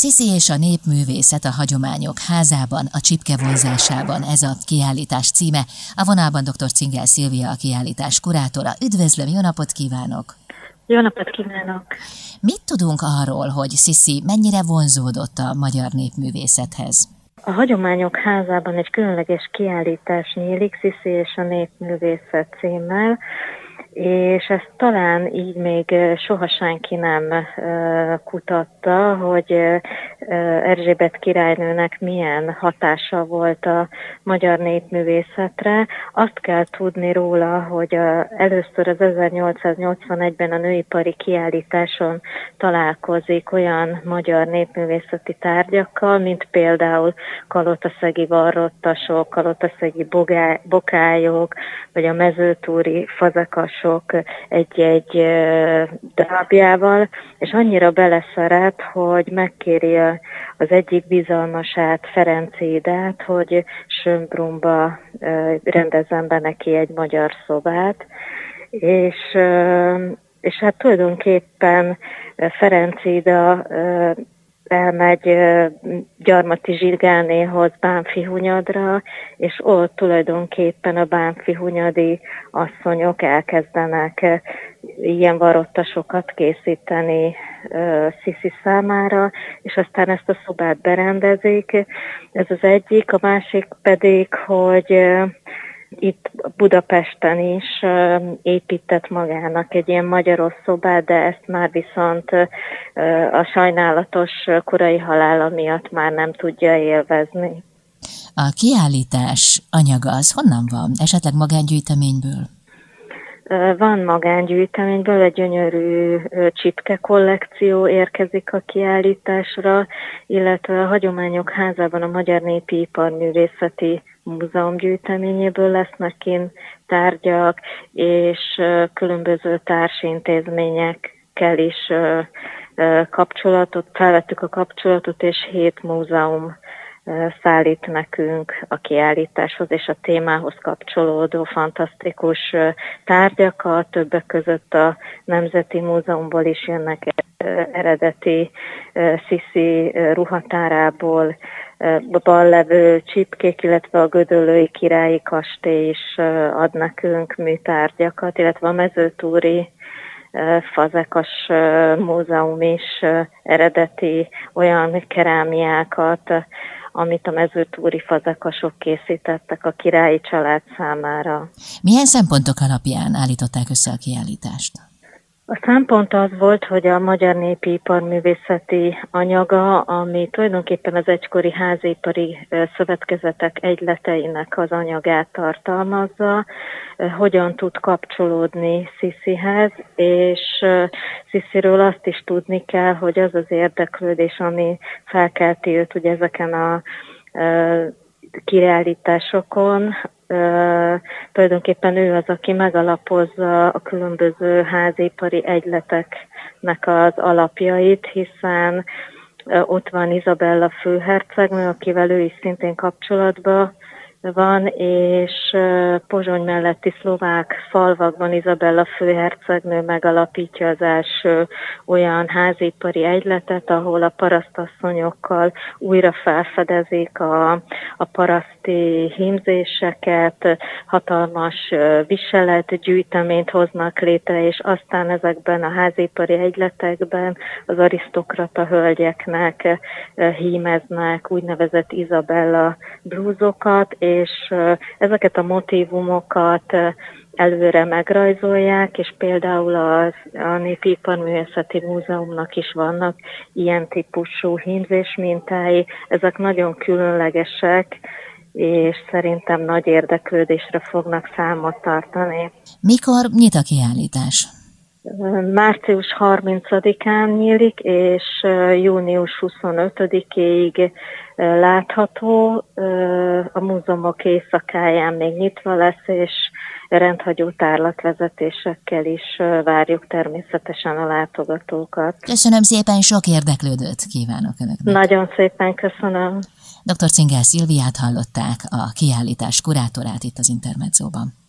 Sziszi és a népművészet a hagyományok házában, a csipke vonzásában, ez a kiállítás címe. A vonalban dr. Cingel Szilvia, a kiállítás kurátora. Üdvözlöm, jó napot kívánok! Jó napot kívánok! Mit tudunk arról, hogy Sziszi mennyire vonzódott a magyar népművészethez? A Hagyományok Házában egy különleges kiállítás nyílik, Sziszi és a népművészet címmel, és ezt talán így még soha senki nem kutatta, hogy Erzsébet királynőnek milyen hatása volt a magyar népművészetre. Azt kell tudni róla, hogy először az 1881-ben a nőipari kiállításon találkozik olyan magyar népművészeti tárgyakkal, mint például kalotaszegi varrottasok, kalotaszegi bokályok, vagy a mezőtúri fazekas egy-egy darabjával, és annyira beleszeret, hogy megkéri az egyik bizalmasát, Ferenciidát, hogy Schönbrunba rendezzen be neki egy magyar szobát, és hát tulajdonképpen Ferencida elmegy Gyarmati Zsirgánéhoz Bánffyhunyadra, és ott tulajdonképpen a bánffyhunyadi asszonyok elkezdenek ilyen varottasokat készíteni Sziszi számára, és aztán ezt a szobát berendezik. Ez az egyik, a másik pedig, hogy itt Budapesten is épített magának egy ilyen magyaros szobát, de ezt már viszont a sajnálatos korai halála miatt már nem tudja élvezni. A kiállítás anyaga az honnan van? Esetleg magángyűjteményből? Van magángyűjteményből, egy gyönyörű csipke kollekció érkezik a kiállításra, illetve a Hagyományok Házában a Magyar Népi Iparművészeti Múzeum gyűjteményéből lesznek kint tárgyak, és különböző társintézményekkel is felvettük a kapcsolatot, és 7 múzeum szállít nekünk a kiállításhoz és a témához kapcsolódó fantasztikus tárgyakat. Többek között a Nemzeti Múzeumból is jönnek eredeti Sziszi ruhatárából levő csipkék, illetve a Gödöllői Királyi Kastély is ad nekünk műtárgyakat, illetve a Mezőtúri Fazekas Múzeum is eredeti olyan kerámiákat, amit a mezőtúri fazekasok készítettek a királyi család számára. Milyen szempontok alapján állították össze a kiállítást? A szempont az volt, hogy a Magyar Népi Iparművészeti anyaga, ami tulajdonképpen az egykori házipari szövetkezetek egyleteinek az anyagát tartalmazza, hogyan tud kapcsolódni Sziszihez, és Szisziről azt is tudni kell, hogy az az érdeklődés, ami felkelti őt ugye ezeken a kiállításokon, tulajdonképpen ő az, aki megalapozza a különböző házipari egyleteknek az alapjait, hiszen ott van Izabella főhercegnő, akivel ő is szintén kapcsolatban van, és Pozsony melletti szlovák falvakban Izabella főhercegnő megalapítja az első olyan házipari egyletet, ahol a parasztasszonyokkal újra felfedezik a paraszti hímzéseket, hatalmas viseletgyűjteményt hoznak létre, és aztán ezekben a házipari egyletekben az arisztokrata hölgyeknek hímeznek úgynevezett Izabella blúzokat, és ezeket a motívumokat előre megrajzolják, és például a Népi Iparművészeti Múzeumnak is vannak ilyen típusú hímzésmintái. Ezek nagyon különlegesek, és szerintem nagy érdeklődésre fognak számot tartani. Mikor nyit a kiállítás? Március 30-án nyílik, és június 25-ig látható. A múzeumok éjszakáján még nyitva lesz, és rendhagyó tárlatvezetésekkel is várjuk természetesen a látogatókat. Köszönöm szépen, sok érdeklődőt kívánok Önöknek. Nagyon szépen köszönöm. Dr. Cingel Szilviát hallották, a kiállítás kurátorát itt az Intermedzóban.